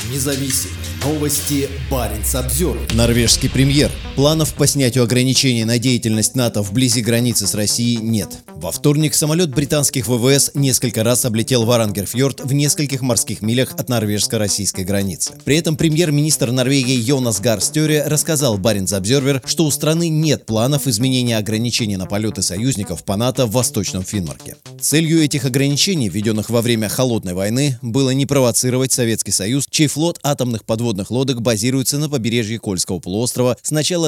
Независимые новости. Баренц-Обзервер. Норвежский премьер. Планов по снятию ограничений на деятельность НАТО вблизи границы с Россией нет. Во вторник самолет британских ВВС несколько раз облетел Варангерфьорд в нескольких морских милях от норвежско-российской границы. При этом премьер-министр Норвегии Йонас Гар Стёре рассказал Баренц-Обзервер, что у страны нет планов изменения ограничений на полеты союзников по НАТО в Восточном Финмарке. Целью этих ограничений, введенных во время Холодной войны, было не провоцировать Советский Союз, чей флот атомных подводных лодок базируется на побережье Кольского полуострова с начала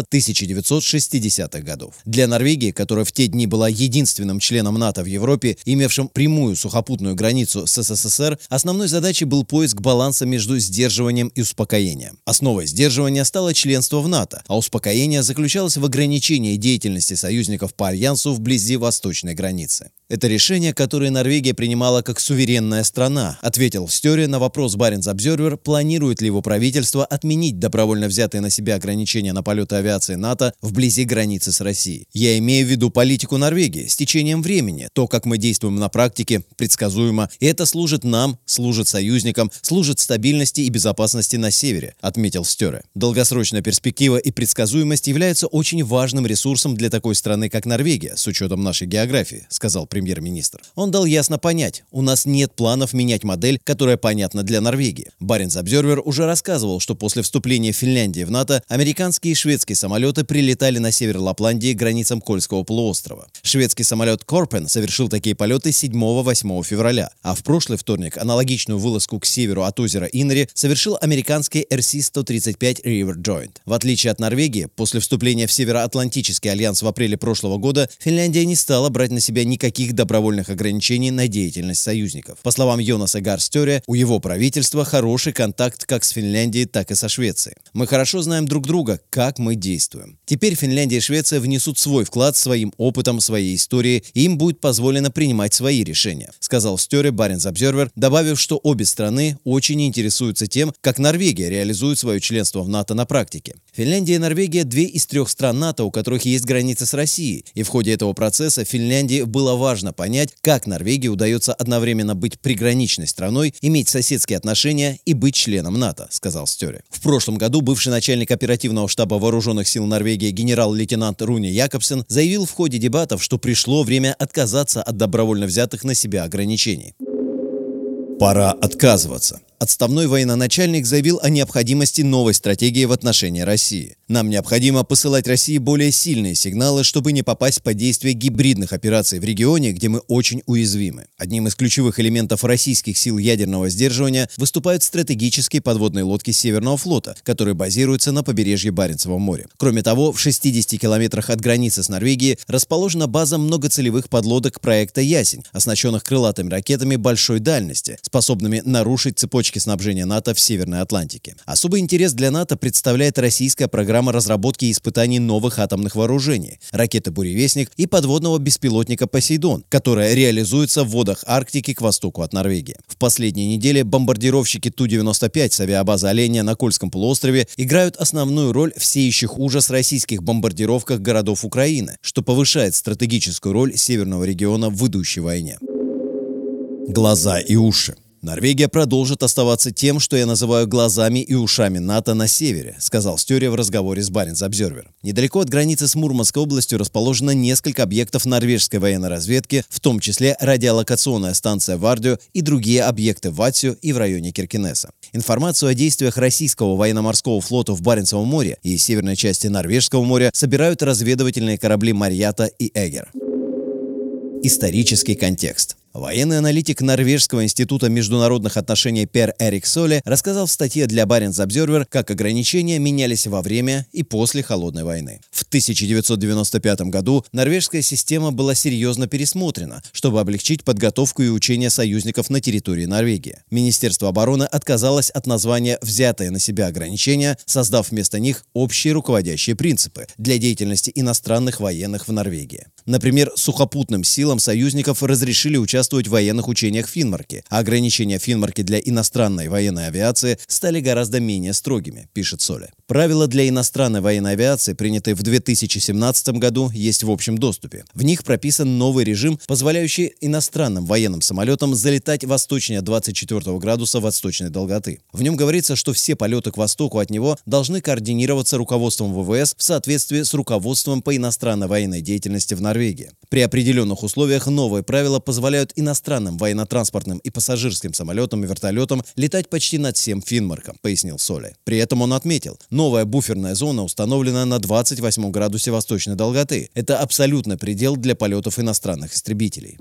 1960-х годов. Для Норвегии, которая в те дни была единственным членом НАТО в Европе, имевшим прямую сухопутную границу с СССР, основной задачей был поиск баланса между сдерживанием и успокоением. Основой сдерживания стало членство в НАТО, а успокоение заключалось в ограничении деятельности союзников по альянсу вблизи восточной границы. Это решение, которое Норвегия принимала как суверенная страна, ответил Стёре на вопрос Баренц-Обзервер, планирует ли его правительство отменить добровольно взятые на себя ограничения на полеты авиации НАТО вблизи границы с Россией. Я имею в виду политику Норвегии с течением времени, то, как мы действуем на практике, предсказуемо, и это служит нам, служит союзникам, служит стабильности и безопасности на севере, отметил Стёре. Долгосрочная перспектива и предсказуемость являются очень важным ресурсом для такой страны, как Норвегия, с учетом нашей географии, сказал премьер-министр. Он дал ясно понять, у нас нет планов менять модель, которая понятна для Норвегии. Баренц-Обзервер уже рассказывал, что после вступления Финляндии в НАТО американские и шведские самолеты прилетали на север Лапландии к границам Кольского полуострова. Шведский самолет Корпен совершил такие полеты 7-8 февраля, а в прошлый вторник аналогичную вылазку к северу от озера Иннери совершил американский RC-135 River Joint. В отличие от Норвегии, после вступления в Североатлантический альянс в апреле прошлого года Финляндия не стала брать на себя никаких добровольных ограничений на деятельность союзников. По словам Йонаса Гар Стёре, у его правительства хороший контакт как с Финляндией, так и со Швецией. Мы хорошо знаем друг друга, как мы действуем. Теперь Финляндия и Швеция внесут свой вклад своим опытом, своей историей, и им будет позволено принимать свои решения, сказал Стёре Баренц-Обзервер, добавив, что обе страны очень интересуются тем, как Норвегия реализует свое членство в НАТО на практике. Финляндия и Норвегия – две из трех стран НАТО, у которых есть граница с Россией, и в ходе этого процесса Финляндии было важно понять, как Норвегии удается одновременно быть приграничной страной, иметь соседские отношения и быть членом НАТО, сказал Стёре. В прошлом году бывший начальник оперативного штаба вооруженных сил Норвегии генерал-лейтенант Руни Якобсен заявил в ходе дебатов, что пришло время отказаться от добровольно взятых на себя ограничений. Пора отказываться. Отставной военачальник заявил о необходимости новой стратегии в отношении России. Нам необходимо посылать России более сильные сигналы, чтобы не попасть под действие гибридных операций в регионе, где мы очень уязвимы. Одним из ключевых элементов российских сил ядерного сдерживания выступают стратегические подводные лодки Северного флота, которые базируются на побережье Баренцева моря. Кроме того, в 60 километрах от границы с Норвегией расположена база многоцелевых подлодок проекта «Ясень», оснащенных крылатыми ракетами большой дальности, способными нарушить цепочки снабжения НАТО в Северной Атлантике. Особый интерес для НАТО представляет российская программа разработки и испытаний новых атомных вооружений, ракеты «Буревестник» и подводного беспилотника «Посейдон», которая реализуется в водах Арктики к востоку от Норвегии. В последние недели бомбардировщики Ту-95 с авиабазы Оленя на Кольском полуострове играют основную роль в сеющих ужас российских бомбардировках городов Украины, что повышает стратегическую роль северного региона в идущей войне. Глаза и уши. Норвегия продолжит оставаться тем, что я называю глазами и ушами НАТО на севере, сказал Стёре в разговоре с Баренц-Обзервер. Недалеко от границы с Мурманской областью расположено несколько объектов норвежской военной разведки, в том числе радиолокационная станция Вардио и другие объекты в Ватсио и в районе Киркенеса. Информацию о действиях российского военно-морского флота в Баренцевом море и северной части Норвежского моря собирают разведывательные корабли «Марьята» и «Эгер». Исторический контекст. Военный аналитик Норвежского института международных отношений Пер Эрик Соле рассказал в статье для Баренц-Обзервер, как ограничения менялись во время и после Холодной войны. В 1995 году норвежская система была серьезно пересмотрена, чтобы облегчить подготовку и учения союзников на территории Норвегии. Министерство обороны отказалось от названия «взятые на себя ограничения», создав вместо них общие руководящие принципы для деятельности иностранных военных в Норвегии. Например, сухопутным силам союзников разрешили участвовать в военных учениях в Финмарке, а ограничения Финмарки для иностранной военной авиации стали гораздо менее строгими, пишет Соле. Правила для иностранной военной авиации, принятые в 2017 году, есть в общем доступе. В них прописан новый режим, позволяющий иностранным военным самолетам залетать восточнее 24 градуса восточной долготы. В нем говорится, что все полеты к востоку от него должны координироваться руководством ВВС в соответствии с руководством по иностранной военной деятельности в Норвегии. При определенных условиях новые правила позволяют иностранным военно-транспортным и пассажирским самолетам и вертолетам летать почти над всем Финмарком, пояснил Соле. При этом он отметил, новая буферная зона установлена на 28 градусе восточной долготы. Это абсолютный предел для полетов иностранных истребителей.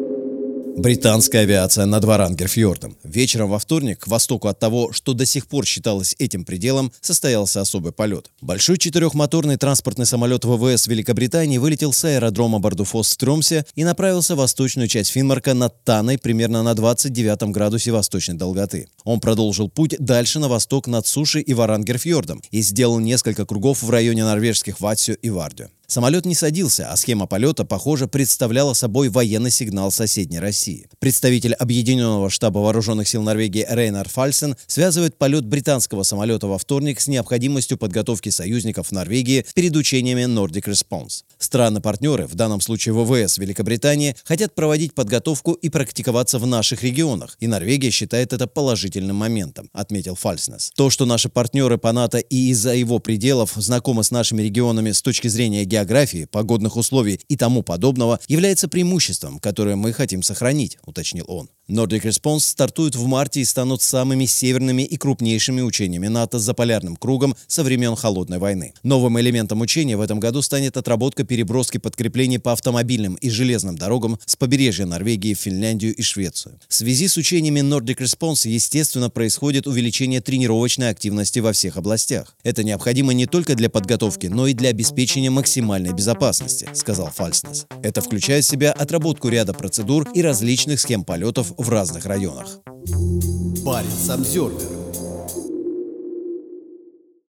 Британская авиация над Варангерфьордом. Вечером во вторник, к востоку от того, что до сих пор считалось этим пределом, состоялся особый полет. Большой четырехмоторный транспортный самолет ВВС Великобритании вылетел с аэродрома Бардуфос в Тромсе и направился в восточную часть Финмарка над Таной примерно на 29 градусе восточной долготы. Он продолжил путь дальше на восток над сушей и Варангерфьордом и сделал несколько кругов в районе норвежских Ватсё и Вардё. Самолет не садился, а схема полета, похоже, представляла собой военный сигнал соседней России. Представитель Объединенного штаба вооруженных сил Норвегии Рейнар Фальсен связывает полет британского самолета во вторник с необходимостью подготовки союзников в Норвегии перед учениями Nordic Response. Страны-партнеры, в данном случае ВВС Великобритании, хотят проводить подготовку и практиковаться в наших регионах, и Норвегия считает это положительным моментом, отметил Фальснес. То, что наши партнеры по НАТО и из-за его пределов знакомы с нашими регионами с точки зрения географии, погодных условий и тому подобного, является преимуществом, которое мы хотим сохранить, уточнил он. Nordic Response стартует в марте и станут самыми северными и крупнейшими учениями НАТО за полярным кругом со времен Холодной войны. Новым элементом учения в этом году станет отработка переброски подкреплений по автомобильным и железным дорогам с побережья Норвегии в Финляндию и Швецию. В связи с учениями Nordic Response, естественно, происходит увеличение тренировочной активности во всех областях. Это необходимо не только для подготовки, но и для обеспечения максимальной безопасности, сказал Фальснес. Это включает в себя отработку ряда процедур и различных схем полетов в разных районах. Баренц-Обзервер.